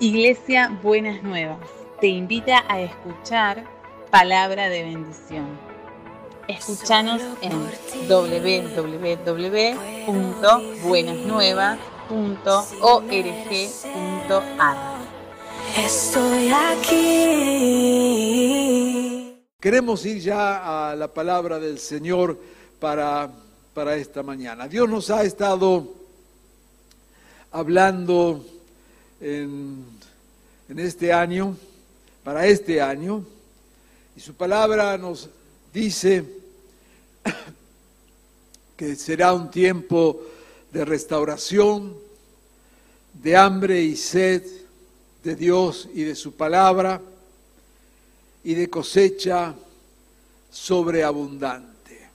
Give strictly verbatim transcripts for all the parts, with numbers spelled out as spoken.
Iglesia Buenas Nuevas te invita a escuchar palabra de bendición. Escúchanos en doble u doble u doble u punto buenas nuevas punto org punto a r. Estoy aquí. Queremos ir ya a la palabra del Señor para, para esta mañana. Dios nos ha estado hablando en, en este año, para este año, y su palabra nos dice que será un tiempo de restauración, de hambre y sed de Dios y de su palabra, y de cosecha sobreabundante.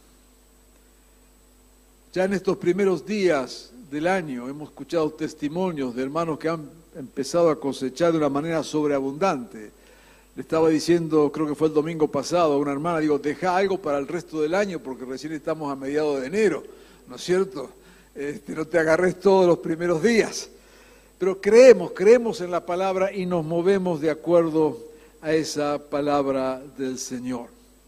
Ya en estos primeros días del año hemos escuchado testimonios de hermanos que han empezado a cosechar de una manera sobreabundante. Le estaba diciendo, creo que fue el domingo pasado, a una hermana, digo, deja algo para el resto del año porque recién estamos a mediados de enero, ¿no es cierto? Este, no te agarres todos los primeros días. Pero creemos, creemos en la palabra y nos movemos de acuerdo a esa palabra del Señor.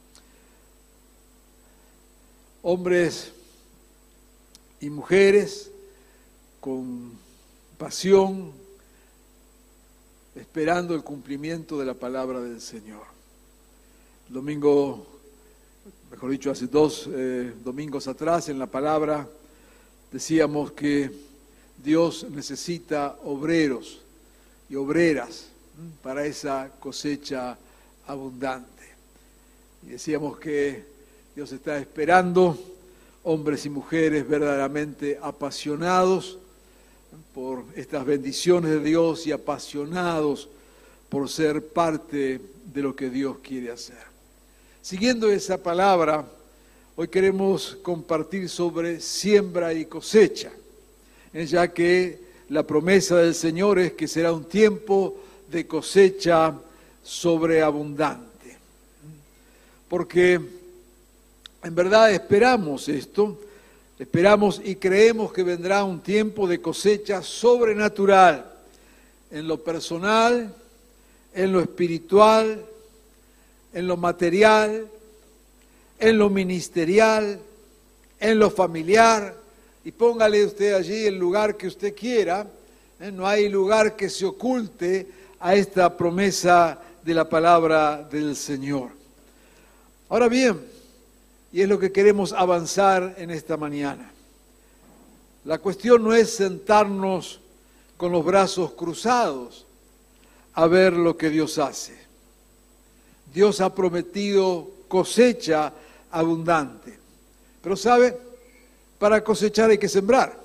Hombres y mujeres con pasión, esperando el cumplimiento de la palabra del Señor. El domingo, mejor dicho, hace dos eh, domingos atrás, en la palabra decíamos que Dios necesita obreros y obreras para esa cosecha abundante. Y decíamos que Dios está esperando hombres y mujeres verdaderamente apasionados por estas bendiciones de Dios y apasionados por ser parte de lo que Dios quiere hacer. Siguiendo esa palabra, hoy queremos compartir sobre siembra y cosecha, ya que la promesa del Señor es que será un tiempo de cosecha sobreabundante. Porque en verdad esperamos esto, esperamos y creemos que vendrá un tiempo de cosecha sobrenatural en lo personal, en lo espiritual, en lo material, en lo ministerial, en lo familiar, y póngale usted allí el lugar que usted quiera, ¿eh? No hay lugar que se oculte a esta promesa de la palabra del Señor. Ahora bien, y es lo que queremos avanzar en esta mañana, la cuestión no es sentarnos con los brazos cruzados a ver lo que Dios hace. Dios ha prometido cosecha abundante, pero ¿sabe? Para cosechar hay que sembrar.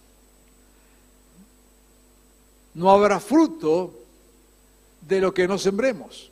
No habrá fruto de lo que no sembremos.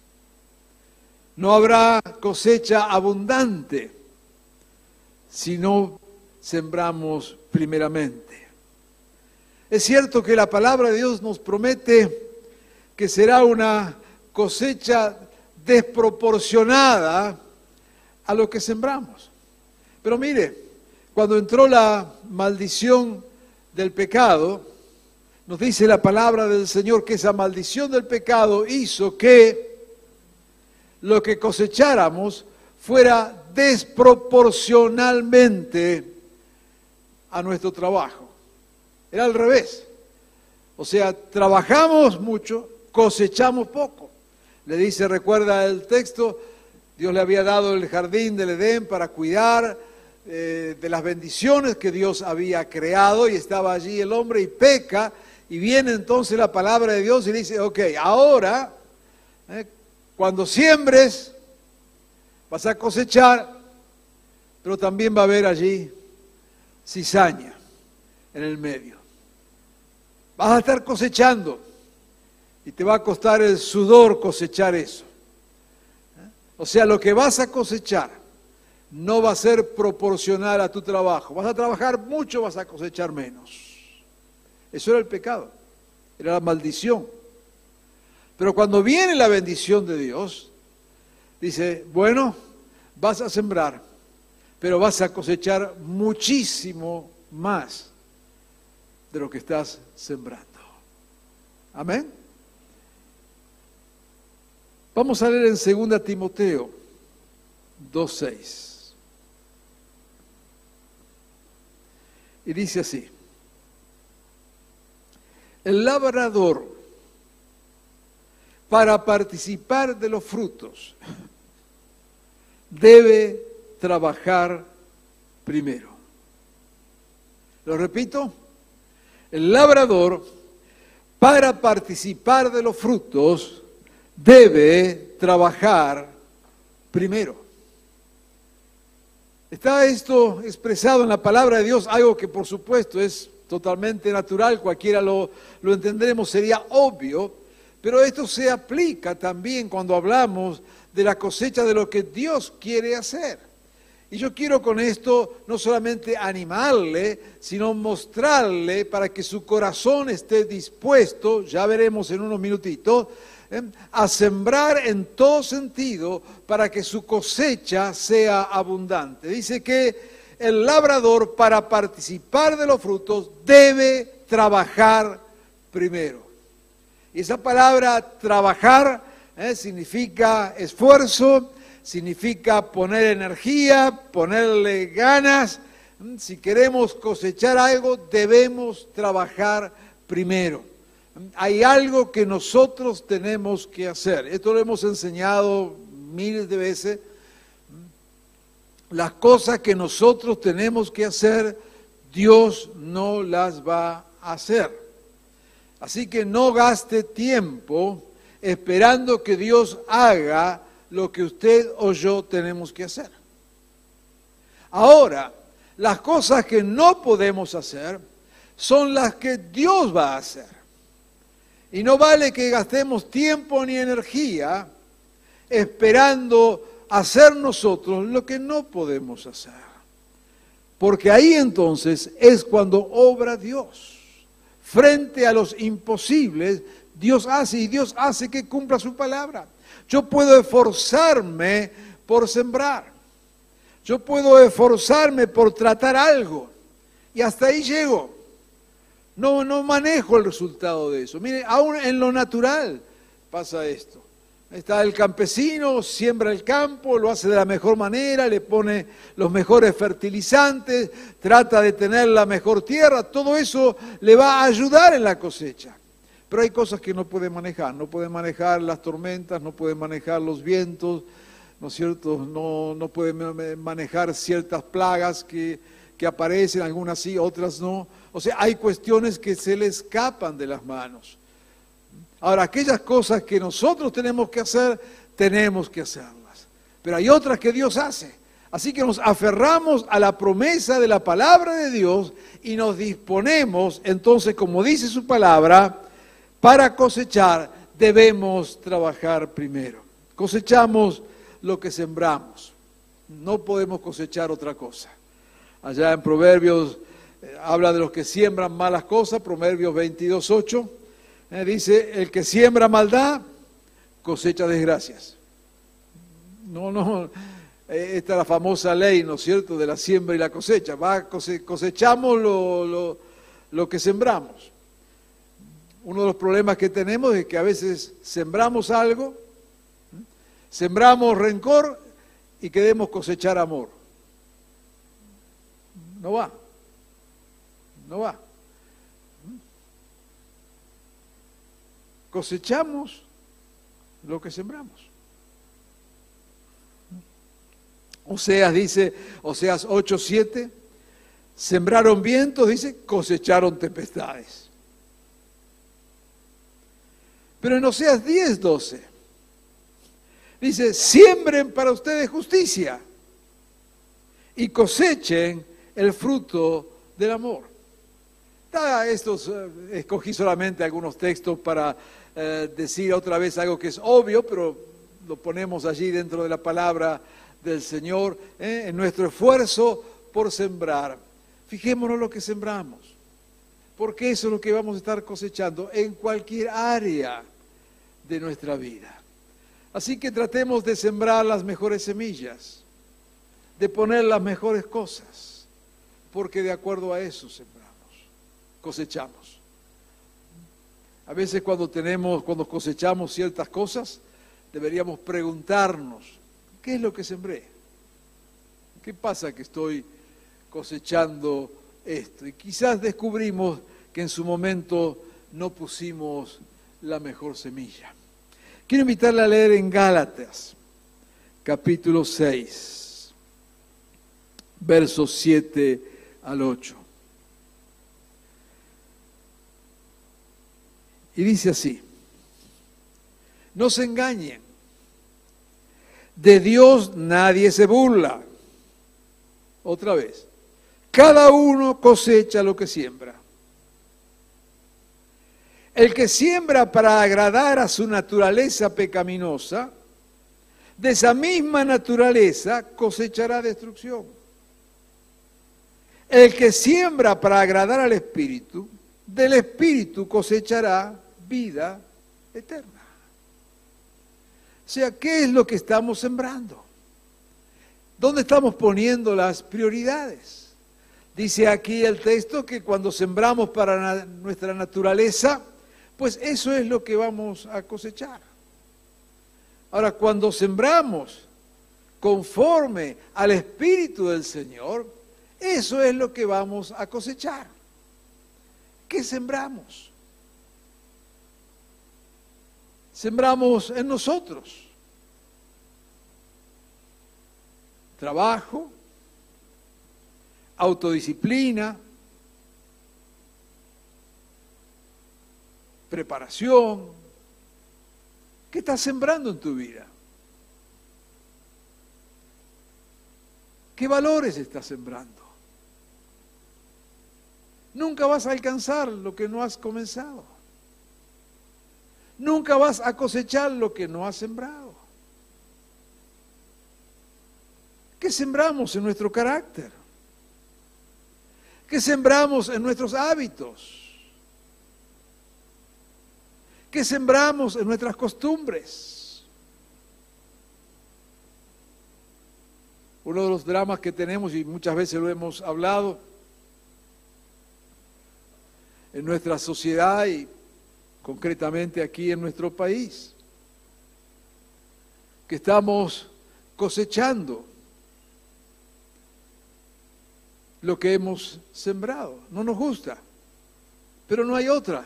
No habrá cosecha abundante si no sembramos primeramente. Es cierto que la palabra de Dios nos promete que será una cosecha desproporcionada a lo que sembramos. Pero mire, cuando entró la maldición del pecado, nos dice la palabra del Señor que esa maldición del pecado hizo que lo que cosecháramos fuera desproporcionalmente a nuestro trabajo. Era al revés. O sea, trabajamos mucho, cosechamos poco. Le dice, recuerda el texto, Dios le había dado el jardín del Edén para cuidar eh, de las bendiciones que Dios había creado, y estaba allí el hombre y peca, y viene entonces la palabra de Dios y dice, ok, ahora, eh, cuando siembres, vas a cosechar, pero también va a haber allí cizaña en el medio. Vas a estar cosechando y te va a costar el sudor cosechar eso. O sea, lo que vas a cosechar no va a ser proporcional a tu trabajo. Vas a trabajar mucho, vas a cosechar menos. Eso era el pecado, era la maldición. Pero cuando viene la bendición de Dios, dice, bueno, vas a sembrar, pero vas a cosechar muchísimo más de lo que estás sembrando. Amén. Vamos a leer en segunda Timoteo dos seis. Y dice así: el labrador, para participar de los frutos, debe trabajar primero. Lo repito, el labrador, para participar de los frutos, debe trabajar primero. Está esto expresado en la palabra de Dios, algo que por supuesto es totalmente natural, cualquiera lo, lo entenderemos, sería obvio, pero esto se aplica también cuando hablamos de la cosecha de lo que Dios quiere hacer. Y yo quiero con esto no solamente animarle, sino mostrarle para que su corazón esté dispuesto, ya veremos en unos minutitos, ¿eh? a sembrar en todo sentido para que su cosecha sea abundante. Dice que el labrador, para participar de los frutos, debe trabajar primero. Y esa palabra trabajar ¿eh? significa esfuerzo, significa poner energía, ponerle ganas. Si queremos cosechar algo, debemos trabajar primero. Hay algo que nosotros tenemos que hacer. Esto lo hemos enseñado miles de veces. Las cosas que nosotros tenemos que hacer, Dios no las va a hacer. Así que no gaste tiempo esperando que Dios haga lo que usted o yo tenemos que hacer. Ahora, las cosas que no podemos hacer son las que Dios va a hacer. Y no vale que gastemos tiempo ni energía esperando hacer nosotros lo que no podemos hacer. Porque ahí entonces es cuando obra Dios. Frente a los imposibles, Dios hace y Dios hace que cumpla su palabra. Yo puedo esforzarme por sembrar. Yo puedo esforzarme por tratar algo. Y hasta ahí llego. No, no manejo el resultado de eso. Mire, aún en lo natural pasa esto. Está el campesino, siembra el campo, lo hace de la mejor manera, le pone los mejores fertilizantes, trata de tener la mejor tierra. Todo eso le va a ayudar en la cosecha. Pero hay cosas que no puede manejar, no puede manejar las tormentas, no puede manejar los vientos, ¿no es cierto? No, no puede manejar ciertas plagas que, que aparecen, algunas sí, otras no. O sea, hay cuestiones que se le escapan de las manos. Ahora, aquellas cosas que nosotros tenemos que hacer, tenemos que hacerlas. Pero hay otras que Dios hace. Así que nos aferramos a la promesa de la palabra de Dios y nos disponemos, entonces, como dice su palabra, para cosechar debemos trabajar primero. Cosechamos lo que sembramos. No podemos cosechar otra cosa. Allá en Proverbios eh, habla de los que siembran malas cosas, Proverbios veintidós ocho, eh, dice, el que siembra maldad, cosecha desgracias. No, no, eh, esta es la famosa ley, ¿no es cierto?, de la siembra y la cosecha. Va, cose, cosechamos lo, lo, lo que sembramos. Uno de los problemas que tenemos es que a veces sembramos algo, sembramos rencor y queremos cosechar amor. No va, no va. Cosechamos lo que sembramos. Oseas dice, Oseas ocho siete, sembraron vientos, dice, cosecharon tempestades. Pero en Oseas diez doce, dice, siembren para ustedes justicia y cosechen el fruto del amor. Da estos, eh, escogí solamente algunos textos para eh, decir otra vez algo que es obvio, pero lo ponemos allí dentro de la palabra del Señor, eh, en nuestro esfuerzo por sembrar. Fijémonos lo que sembramos, porque eso es lo que vamos a estar cosechando en cualquier área de nuestra vida. Así que tratemos de sembrar las mejores semillas, de poner las mejores cosas, porque de acuerdo a eso sembramos, cosechamos. A veces cuando tenemos, cuando cosechamos ciertas cosas, deberíamos preguntarnos, ¿qué es lo que sembré? ¿Qué pasa que estoy cosechando esto? Y quizás descubrimos que en su momento no pusimos la mejor semilla. Quiero invitarle a leer en Gálatas, capítulo seis, versos siete al ocho. Y dice así: no se engañen, de Dios nadie se burla. Otra vez, cada uno cosecha lo que siembra. El que siembra para agradar a su naturaleza pecaminosa, de esa misma naturaleza cosechará destrucción. El que siembra para agradar al Espíritu, del Espíritu cosechará vida eterna. O sea, ¿qué es lo que estamos sembrando? ¿Dónde estamos poniendo las prioridades? Dice aquí el texto que cuando sembramos para na- nuestra naturaleza, pues eso es lo que vamos a cosechar. Ahora, cuando sembramos conforme al Espíritu del Señor, eso es lo que vamos a cosechar. ¿Qué sembramos? Sembramos en nosotros trabajo, autodisciplina, preparación. ¿Qué estás sembrando en tu vida? ¿Qué valores estás sembrando? Nunca vas a alcanzar lo que no has comenzado. Nunca vas a cosechar lo que no has sembrado. ¿Qué sembramos en nuestro carácter? ¿Qué sembramos en nuestros hábitos? ¿Qué sembramos en nuestras costumbres? Uno de los dramas que tenemos, y muchas veces lo hemos hablado, en nuestra sociedad y concretamente aquí en nuestro país, que estamos cosechando lo que hemos sembrado. No nos gusta, pero no hay otra.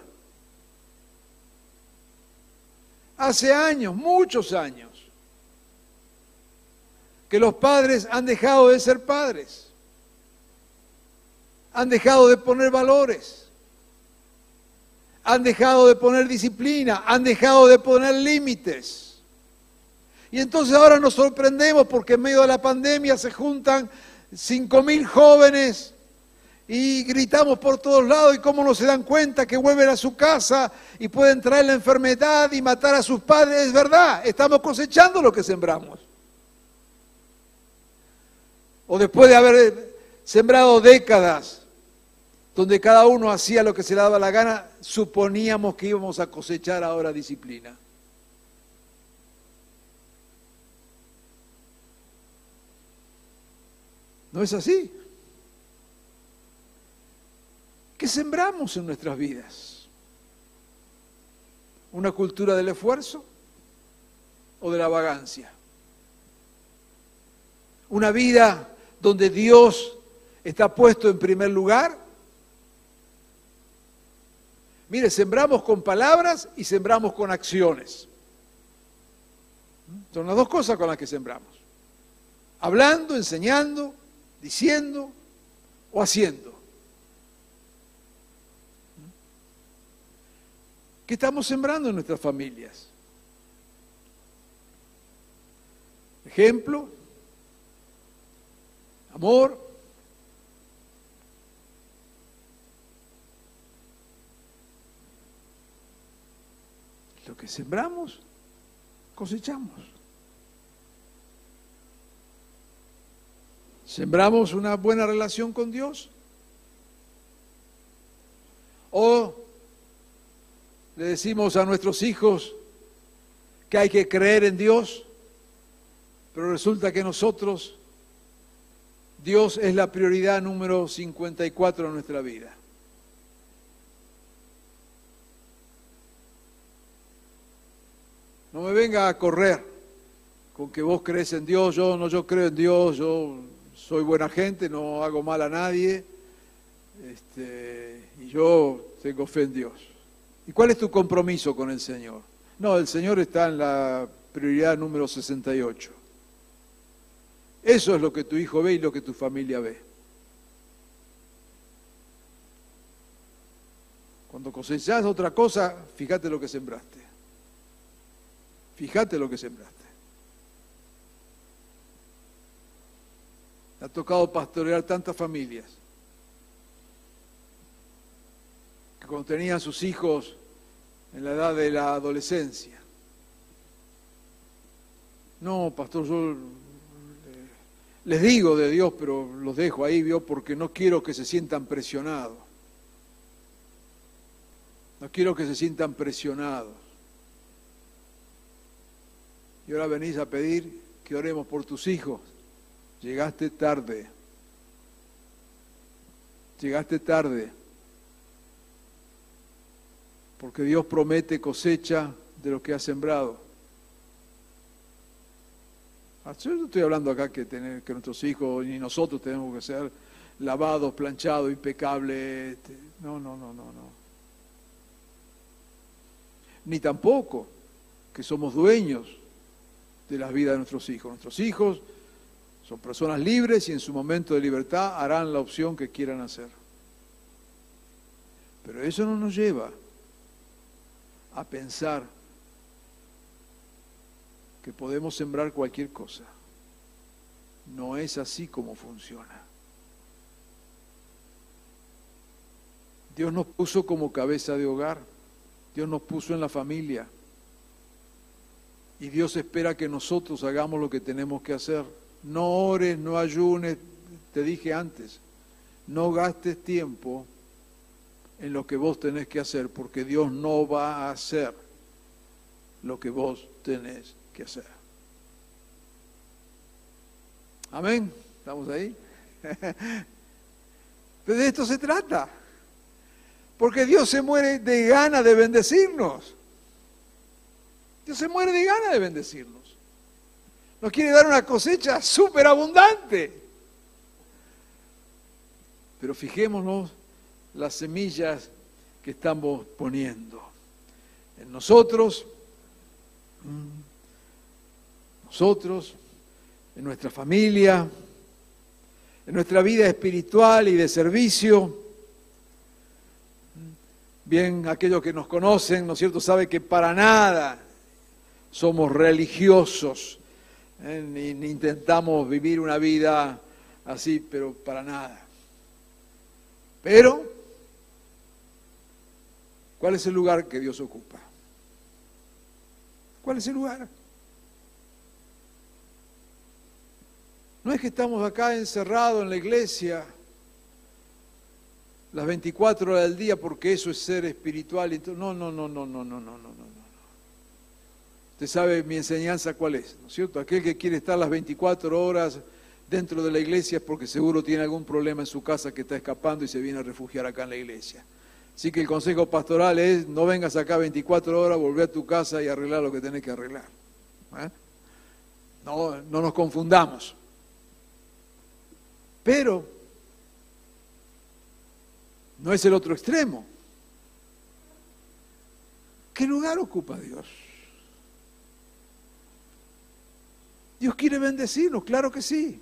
Hace años, muchos años, que los padres han dejado de ser padres, han dejado de poner valores, han dejado de poner disciplina, han dejado de poner límites. Y entonces ahora nos sorprendemos porque en medio de la pandemia se juntan cinco mil jóvenes y gritamos por todos lados, y cómo no se dan cuenta que vuelven a su casa y pueden traer la enfermedad y matar a sus padres. Es verdad, estamos cosechando lo que sembramos. O después de haber sembrado décadas donde cada uno hacía lo que se le daba la gana, suponíamos que íbamos a cosechar ahora disciplina. ¿No es así? ¿Qué sembramos en nuestras vidas? ¿Una cultura del esfuerzo o de la vagancia? ¿Una vida donde Dios está puesto en primer lugar? Mire, sembramos con palabras y sembramos con acciones. Son las dos cosas con las que sembramos. Hablando, enseñando, diciendo o haciendo. ¿Qué estamos sembrando en nuestras familias? Ejemplo, amor, lo que sembramos, cosechamos. ¿Sembramos una buena relación con Dios? ¿O le decimos a nuestros hijos que hay que creer en Dios, pero resulta que nosotros, Dios es la prioridad número cincuenta y cuatro de nuestra vida? No me venga a correr con que vos crees en Dios, yo no, yo creo en Dios, yo soy buena gente, no hago mal a nadie, este, y yo tengo fe en Dios. ¿Y cuál es tu compromiso con el Señor? No, el Señor está en la prioridad número sesenta y ocho. Eso es lo que tu hijo ve y lo que tu familia ve. Cuando cosechás otra cosa, fíjate lo que sembraste. Fíjate lo que sembraste. Me ha tocado pastorear tantas familias que cuando tenían sus hijos en la edad de la adolescencia, no, pastor, yo eh, les digo de Dios, pero los dejo ahí, ¿vio? Porque no quiero que se sientan presionados. No quiero que se sientan presionados. Y ahora venís a pedir que oremos por tus hijos. Llegaste tarde. Llegaste tarde. Porque Dios promete cosecha de lo que has sembrado. Yo no estoy hablando acá que, tener, que nuestros hijos ni nosotros tenemos que ser lavados, planchados, impecables. No, no, no, no, no. Ni tampoco que somos dueños de las vidas de nuestros hijos. Nuestros hijos son personas libres y en su momento de libertad harán la opción que quieran hacer. Pero eso no nos lleva a pensar que podemos sembrar cualquier cosa. No es así como funciona. Dios nos puso como cabeza de hogar. Dios nos puso en la familia. Y Dios espera que nosotros hagamos lo que tenemos que hacer. No ores, no ayunes, te dije antes, no gastes tiempo en lo que vos tenés que hacer, porque Dios no va a hacer lo que vos tenés que hacer. Amén, ¿estamos ahí? Pero de esto se trata, porque Dios se muere de ganas de bendecirnos. Dios se muere de ganas de bendecirnos. Nos quiere dar una cosecha súper abundante. Pero fijémonos las semillas que estamos poniendo en nosotros, nosotros, en nuestra familia, en nuestra vida espiritual y de servicio. Bien, aquellos que nos conocen, ¿no es cierto?, saben que para nada somos religiosos, ¿eh? ni, ni intentamos vivir una vida así, pero para nada. Pero, ¿cuál es el lugar que Dios ocupa? ¿Cuál es el lugar? No es que estamos acá encerrados en la iglesia las veinticuatro horas del día porque eso es ser espiritual y todo. No, no, no, no, no, no, no, no, no. Usted sabe mi enseñanza cuál es, ¿no es cierto? Aquel que quiere estar las veinticuatro horas dentro de la iglesia es porque seguro tiene algún problema en su casa que está escapando y se viene a refugiar acá en la iglesia. Así que el consejo pastoral es, no vengas acá veinticuatro horas, volvé a tu casa y arreglar lo que tenés que arreglar. ¿Eh? No, no nos confundamos. Pero no es el otro extremo. ¿Qué lugar ocupa Dios? Dios quiere bendecirnos, claro que sí.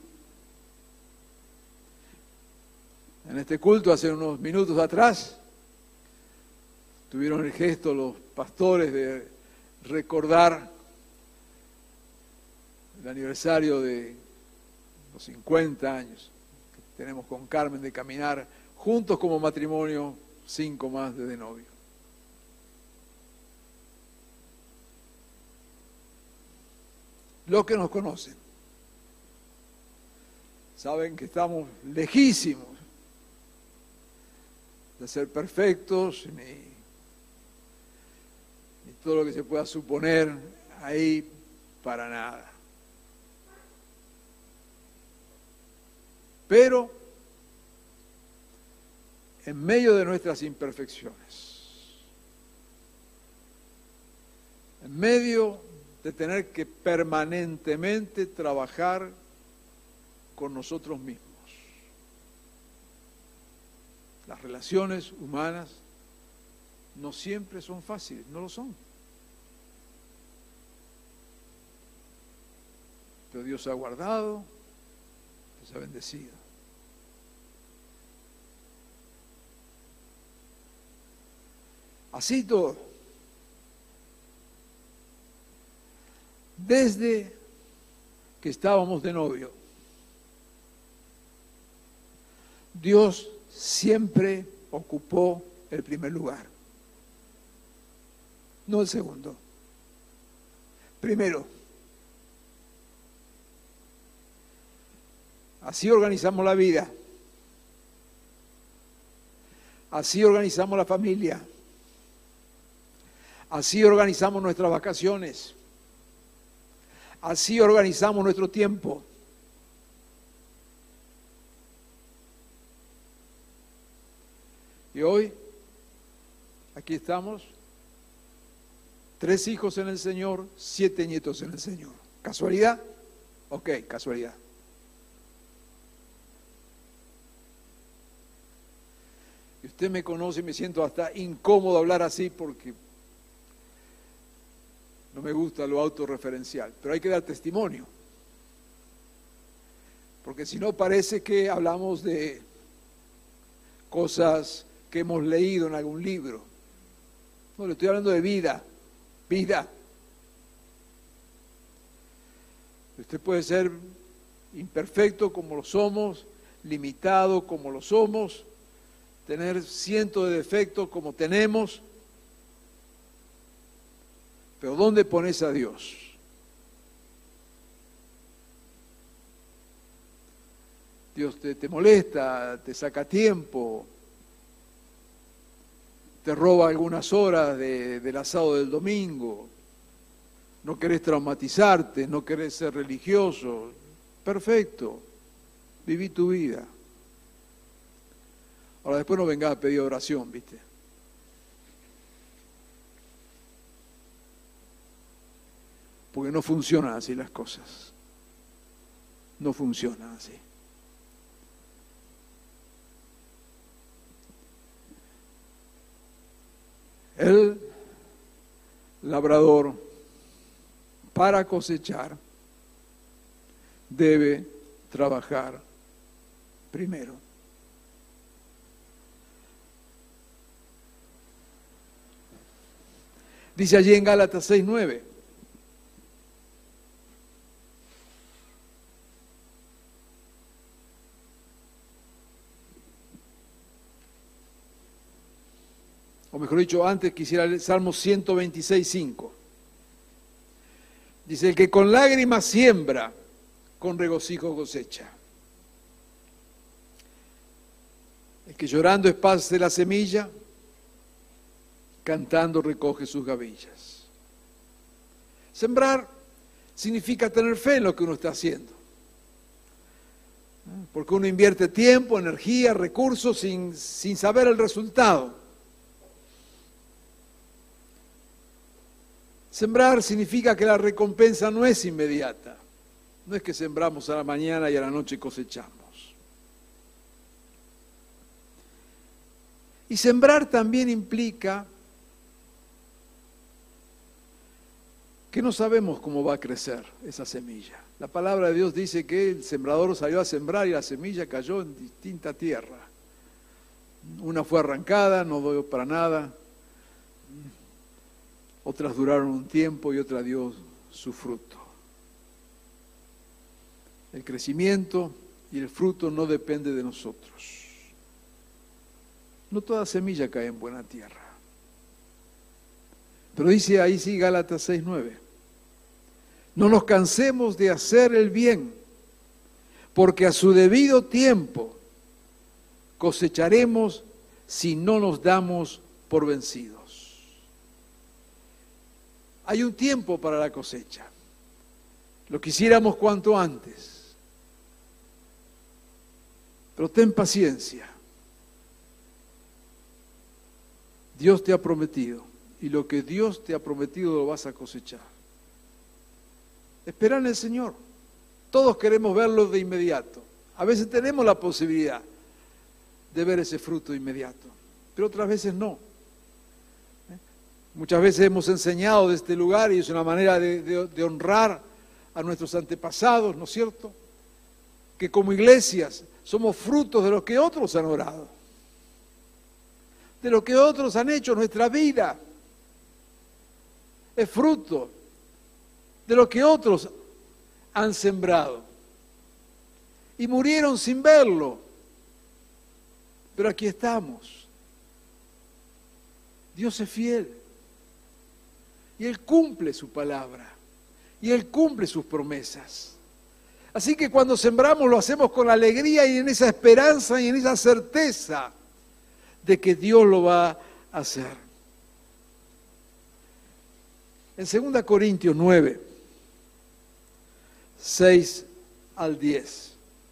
En este culto, hace unos minutos atrás, tuvieron el gesto los pastores de recordar el aniversario de los cincuenta años que tenemos con Carmen de caminar juntos como matrimonio, cinco más desde novio. Los que nos conocen saben que estamos lejísimos de ser perfectos, ni, ni todo lo que se pueda suponer ahí, para nada. Pero en medio de nuestras imperfecciones, en medio de tener que permanentemente trabajar con nosotros mismos. Las relaciones humanas no siempre son fáciles, no lo son. Pero Dios ha guardado, Dios ha bendecido. Así todo. Desde que estábamos de novio, Dios siempre ocupó el primer lugar, no el segundo. Primero. Así organizamos la vida, así organizamos la familia, así organizamos nuestras vacaciones, así organizamos nuestro tiempo. Y hoy, aquí estamos, tres hijos en el Señor, siete nietos en el Señor. ¿Casualidad? Ok, casualidad. Y usted me conoce y me siento hasta incómodo hablar así porque no me gusta lo autorreferencial, pero hay que dar testimonio. Porque si no parece que hablamos de cosas que hemos leído en algún libro. No, le estoy hablando de vida, vida. Usted puede ser imperfecto como lo somos, limitado como lo somos, tener cientos de defectos como tenemos, pero ¿dónde pones a Dios? Dios te, te molesta, te saca tiempo, te roba algunas horas de, del asado del domingo, no querés traumatizarte, no querés ser religioso, perfecto, viví tu vida. Ahora después no vengas a pedir oración, ¿viste? Porque no funcionan así las cosas. No funcionan así. El labrador, para cosechar, debe trabajar primero. Dice allí en Gálatas seis nueve. O mejor dicho, antes quisiera leer Salmo ciento veintiséis cinco. Dice, el que con lágrimas siembra, con regocijo cosecha. El que llorando esparce la semilla, cantando recoge sus gavillas. Sembrar significa tener fe en lo que uno está haciendo. Porque uno invierte tiempo, energía, recursos sin, sin saber el resultado. Sembrar significa que la recompensa no es inmediata. No es que sembramos a la mañana y a la noche cosechamos. Y sembrar también implica que no sabemos cómo va a crecer esa semilla. La palabra de Dios dice que el sembrador salió a sembrar y la semilla cayó en distinta tierra. Una fue arrancada, no dio para nada. Otras duraron un tiempo y otra dio su fruto. El crecimiento y el fruto no depende de nosotros. No toda semilla cae en buena tierra. Pero dice ahí sí Gálatas seis nueve. No nos cansemos de hacer el bien, porque a su debido tiempo cosecharemos si no nos damos por vencidos. Hay un tiempo para la cosecha. Lo quisiéramos cuanto antes. Pero ten paciencia. Dios te ha prometido. Y lo que Dios te ha prometido lo vas a cosechar. Espera en el Señor. Todos queremos verlo de inmediato. A veces tenemos la posibilidad de ver ese fruto inmediato, pero otras veces no. ¿Eh? Muchas veces hemos enseñado de este lugar y es una manera de, de, de honrar a nuestros antepasados, ¿no es cierto? Que como iglesias somos frutos de lo que otros han orado, de lo que otros han hecho en nuestra vida. Es fruto de lo que otros han sembrado. Y murieron sin verlo. Pero aquí estamos. Dios es fiel. Y Él cumple su palabra. Y Él cumple sus promesas. Así que cuando sembramos lo hacemos con alegría y en esa esperanza y en esa certeza de que Dios lo va a hacer. En segunda Corintios nueve, seis al diez.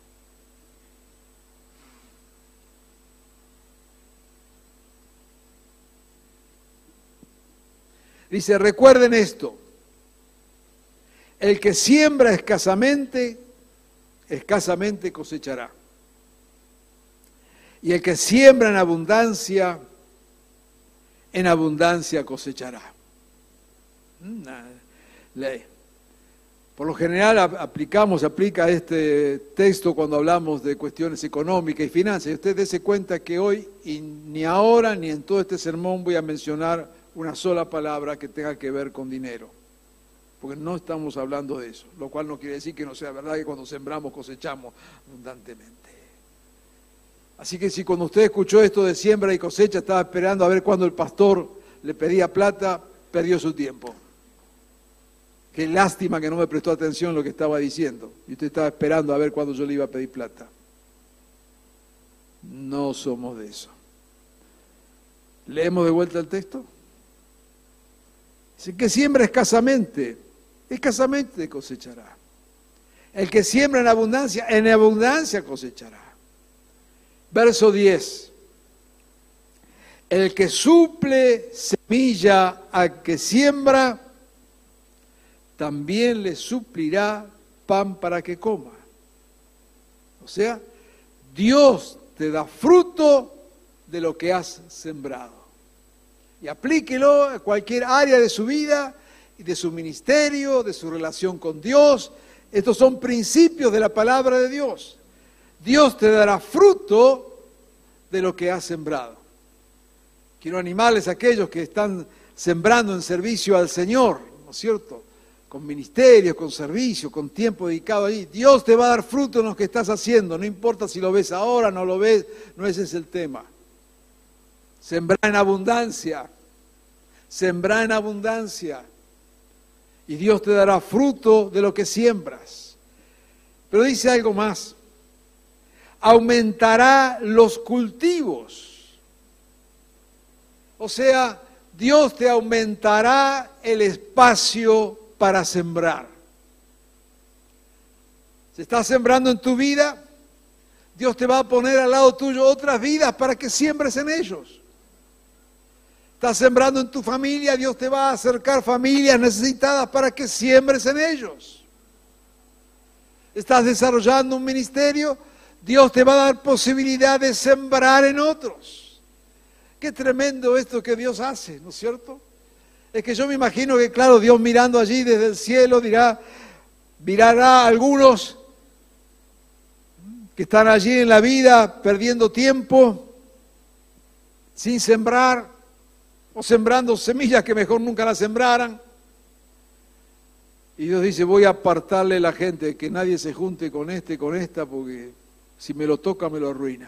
Dice, recuerden esto, el que siembra escasamente, escasamente cosechará. Y el que siembra en abundancia, en abundancia cosechará. Una ley. Por lo general aplicamos, aplica este texto cuando hablamos de cuestiones económicas y finanzas. Y usted dése cuenta que hoy, y ni ahora ni en todo este sermón voy a mencionar una sola palabra que tenga que ver con dinero. Porque no estamos hablando de eso. Lo cual no quiere decir que no sea verdad que cuando sembramos cosechamos abundantemente. Así que si cuando usted escuchó esto de siembra y cosecha estaba esperando a ver cuándo el pastor le pedía plata, perdió su tiempo. Qué lástima que no me prestó atención lo que estaba diciendo. Y usted estaba esperando a ver cuándo yo le iba a pedir plata. No somos de eso. ¿Leemos de vuelta el texto? Dice que siembra escasamente, escasamente cosechará. El que siembra en abundancia, en abundancia cosechará. Verso diez. El que suple semilla al que siembra, también le suplirá pan para que coma. O sea, Dios te da fruto de lo que has sembrado. Y aplíquelo a cualquier área de su vida, y de su ministerio, de su relación con Dios. Estos son principios de la palabra de Dios. Dios te dará fruto de lo que has sembrado. Quiero animarles a aquellos que están sembrando en servicio al Señor, ¿no es cierto? Con ministerios, con servicio, con tiempo dedicado allí. Dios te va a dar fruto en lo que estás haciendo, no importa si lo ves ahora, no lo ves, no ese es el tema. Sembrar en abundancia, sembrar en abundancia, y Dios te dará fruto de lo que siembras. Pero dice algo más, aumentará los cultivos, o sea, Dios te aumentará el espacio para sembrar. Si estás sembrando en tu vida, Dios te va a poner al lado tuyo otras vidas para que siembres en ellos. Estás sembrando en tu familia, Dios te va a acercar familias necesitadas para que siembres en ellos. Estás desarrollando un ministerio, Dios te va a dar posibilidad de sembrar en otros. Qué tremendo esto que Dios hace, ¿no es cierto? Es que yo me imagino que, claro, Dios mirando allí desde el cielo dirá, mirará a algunos que están allí en la vida perdiendo tiempo, sin sembrar, o sembrando semillas que mejor nunca las sembraran. Y Dios dice, voy a apartarle a la gente, que nadie se junte con este, con esta, porque si me lo toca me lo arruina.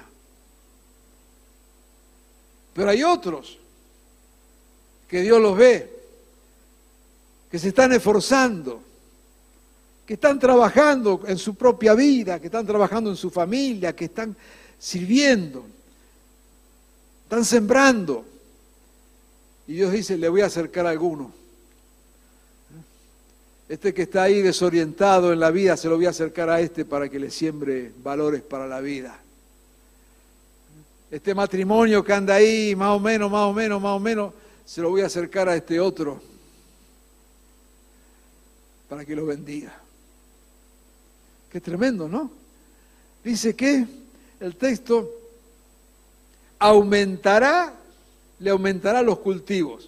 Pero hay otros que Dios los ve, que se están esforzando, que están trabajando en su propia vida, que están trabajando en su familia, que están sirviendo, están sembrando. Y Dios dice, le voy a acercar a alguno. Este que está ahí desorientado en la vida, se lo voy a acercar a este para que le siembre valores para la vida. Este matrimonio que anda ahí, más o menos, más o menos, más o menos, se lo voy a acercar a este otro, para que lo bendiga. Qué tremendo, ¿no? Dice que el texto aumentará, le aumentará los cultivos.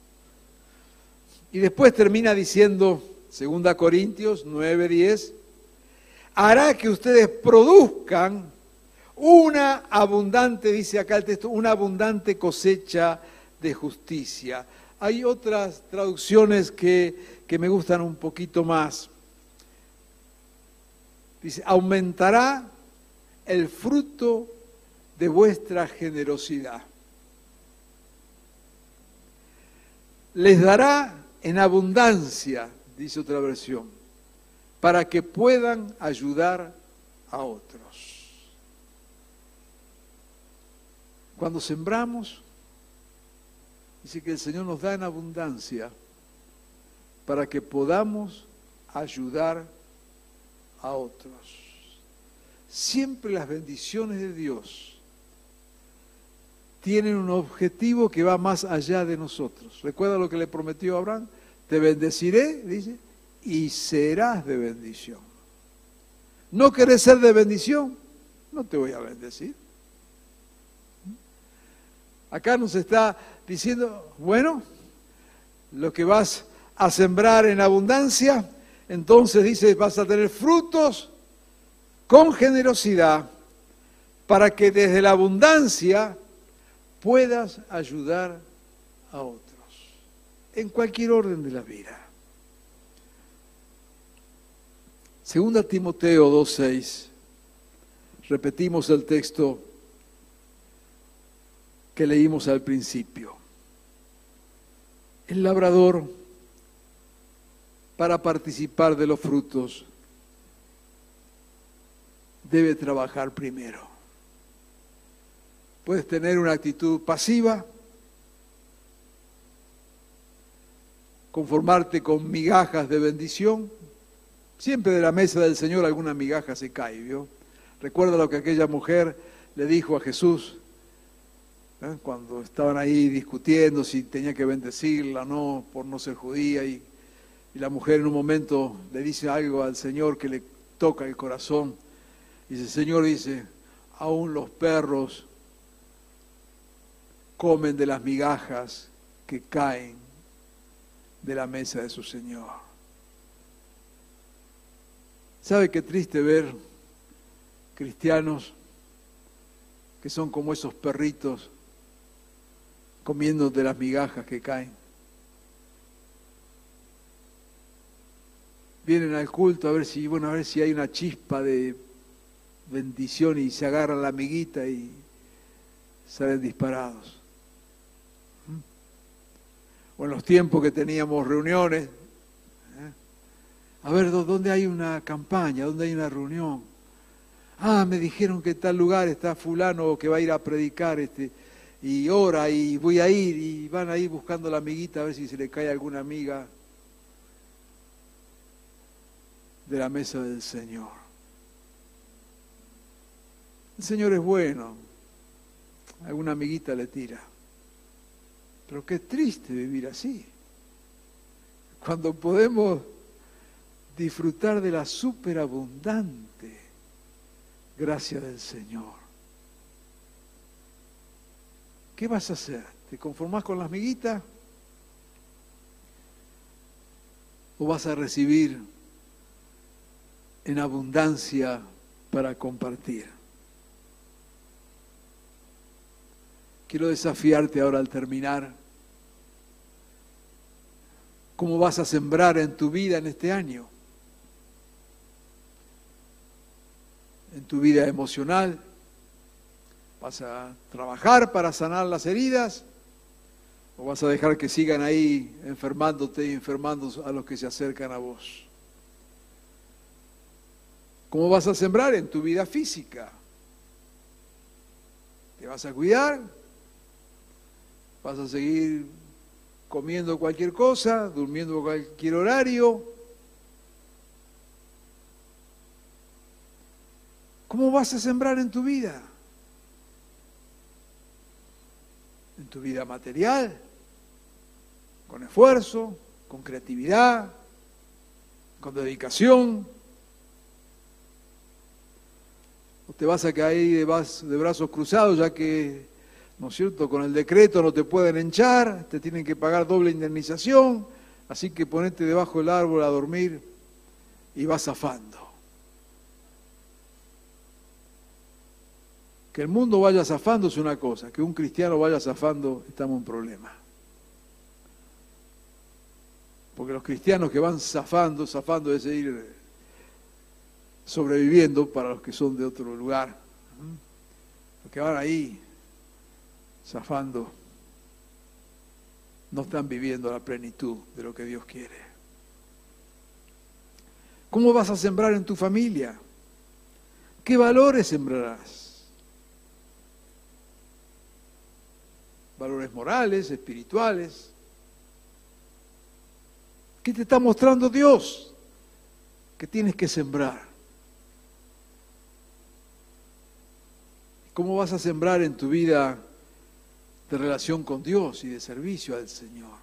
Y después termina diciendo, segunda Corintios nueve, diez, hará que ustedes produzcan una abundante, dice acá el texto, una abundante cosecha de justicia. Hay otras traducciones que, que me gustan un poquito más. Dice, aumentará el fruto de vuestra generosidad. Les dará en abundancia, dice otra versión, para que puedan ayudar a otros. Cuando sembramos, dice que el Señor nos da en abundancia para que podamos ayudar a otros. Siempre las bendiciones de Dios tienen un objetivo que va más allá de nosotros. ¿Recuerda lo que le prometió a Abraham? Te bendeciré, dice, y serás de bendición. ¿No querés ser de bendición? No te voy a bendecir. Acá nos está diciendo, bueno, lo que vas a sembrar en abundancia, entonces dice, vas a tener frutos con generosidad para que desde la abundancia puedas ayudar a otros, en cualquier orden de la vida. Segunda Timoteo dos, seis, repetimos el texto que leímos al principio. El labrador, para participar de los frutos, debe trabajar primero. Puedes tener una actitud pasiva, conformarte con migajas de bendición. Siempre de la mesa del Señor alguna migaja se cae, ¿vio? Recuerda lo que aquella mujer le dijo a Jesús, ¿eh? Cuando estaban ahí discutiendo si tenía que bendecirla o no, por no ser judía, y, y la mujer en un momento le dice algo al Señor que le toca el corazón. Y el Señor dice, aún los perros comen de las migajas que caen de la mesa de su Señor. ¿Sabe qué triste ver cristianos que son como esos perritos comiendo de las migajas que caen? Vienen al culto a ver si, bueno, a ver si hay una chispa de bendición y se agarran la amiguita y salen disparados. O en los tiempos que teníamos reuniones, ¿eh? A ver, ¿dónde hay una campaña? ¿Dónde hay una reunión? Ah, me dijeron que en tal lugar está fulano que va a ir a predicar este, y ora y voy a ir, y van a ir buscando a la amiguita a ver si se le cae alguna amiga de la mesa del Señor. El Señor es bueno, alguna amiguita le tira. Pero qué triste vivir así, cuando podemos disfrutar de la superabundante gracia del Señor. ¿Qué vas a hacer? ¿Te conformás con las miguitas? ¿O vas a recibir en abundancia para compartir? Quiero desafiarte ahora al terminar. ¿Cómo vas a sembrar en tu vida en este año? En tu vida emocional. ¿Vas a trabajar para sanar las heridas? ¿O vas a dejar que sigan ahí enfermándote y enfermando a los que se acercan a vos? ¿Cómo vas a sembrar en tu vida física? ¿Te vas a cuidar? ¿Vas a seguir comiendo cualquier cosa, durmiendo a cualquier horario? ¿Cómo vas a sembrar en tu vida? En tu vida material, con esfuerzo, con creatividad, con dedicación. No te vas a caer de, de brazos cruzados, ya que, ¿no es cierto?, con el decreto no te pueden hinchar, te tienen que pagar doble indemnización, así que ponete debajo del árbol a dormir y vas zafando. Que el mundo vaya zafando es una cosa, que un cristiano vaya zafando, estamos en problema. Porque los cristianos que van zafando, zafando es ir sobreviviendo para los que son de otro lugar. Los que van ahí zafando no están viviendo la plenitud de lo que Dios quiere. ¿Cómo vas a sembrar en tu familia? ¿Qué valores sembrarás? Valores morales, espirituales. ¿Qué te está mostrando Dios que tienes que sembrar? ¿Cómo vas a sembrar en tu vida de relación con Dios y de servicio al Señor?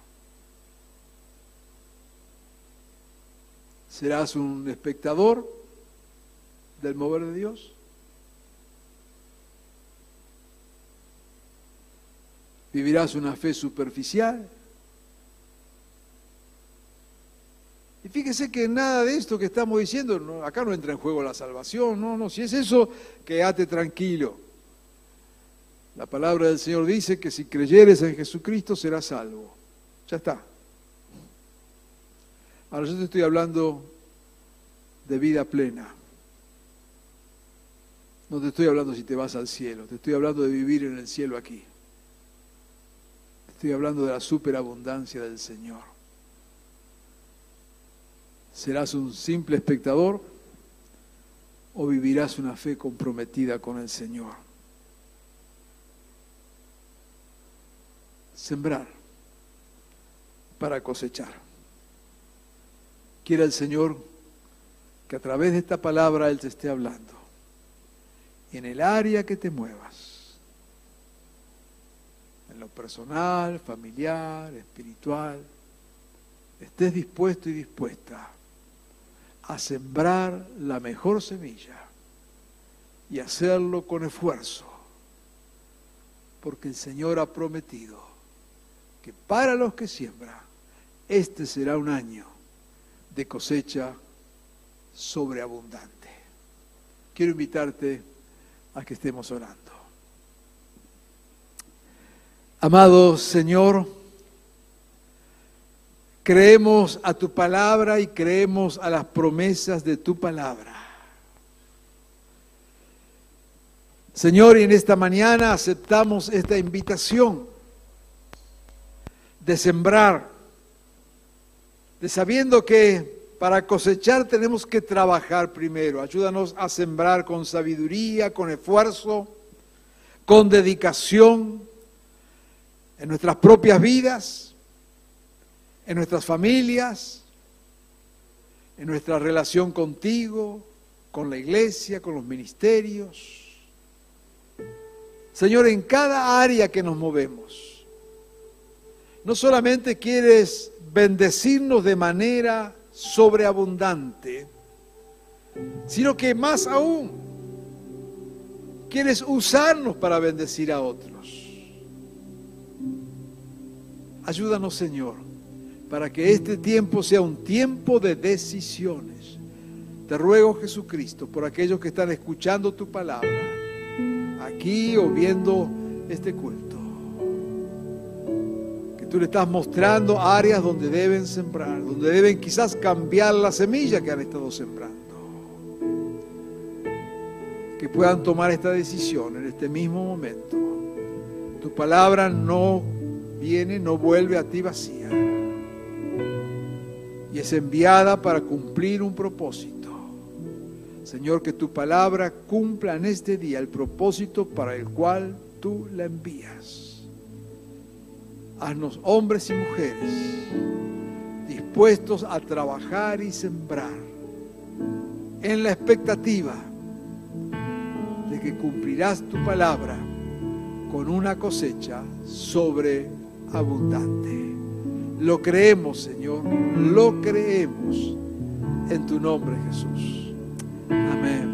¿Serás un espectador del mover de Dios? ¿Vivirás una fe superficial? Y fíjese que nada de esto que estamos diciendo, no, acá no entra en juego la salvación, no, no, si es eso, quédate tranquilo. La palabra del Señor dice que si creyeres en Jesucristo serás salvo. Ya está. Ahora yo te estoy hablando de vida plena. No te estoy hablando si te vas al cielo, te estoy hablando de vivir en el cielo aquí. Te estoy hablando de la superabundancia del Señor. ¿Serás un simple espectador o vivirás una fe comprometida con el Señor? Sembrar para cosechar. Quiera el Señor que a través de esta palabra Él te esté hablando. Y en el área que te muevas, en lo personal, familiar, espiritual, estés dispuesto y dispuesta a sembrar la mejor semilla y hacerlo con esfuerzo, porque el Señor ha prometido que para los que siembran, este será un año de cosecha sobreabundante. Quiero invitarte a que estemos orando. Amado Señor, creemos a tu palabra y creemos a las promesas de tu palabra. Señor, y en esta mañana aceptamos esta invitación de sembrar, de sabiendo que para cosechar tenemos que trabajar primero. Ayúdanos a sembrar con sabiduría, con esfuerzo, con dedicación en nuestras propias vidas, en nuestras familias, en nuestra relación contigo, con la iglesia, con los ministerios. Señor, en cada área que nos movemos, no solamente quieres bendecirnos de manera sobreabundante, sino que más aún quieres usarnos para bendecir a otros. Ayúdanos, Señor, para que este tiempo sea un tiempo de decisiones. Te ruego, Jesucristo, por aquellos que están escuchando tu palabra, aquí o viendo este culto, que tú le estás mostrando áreas donde deben sembrar, donde deben quizás cambiar la semilla que han estado sembrando. Que puedan tomar esta decisión en este mismo momento. Tu palabra no viene, no vuelve a ti vacía. Y es enviada para cumplir un propósito. Señor, que tu palabra cumpla en este día el propósito para el cual tú la envías. Haznos hombres y mujeres dispuestos a trabajar y sembrar en la expectativa de que cumplirás tu palabra con una cosecha sobreabundante. Lo creemos, Señor, lo creemos en tu nombre, Jesús. Amén.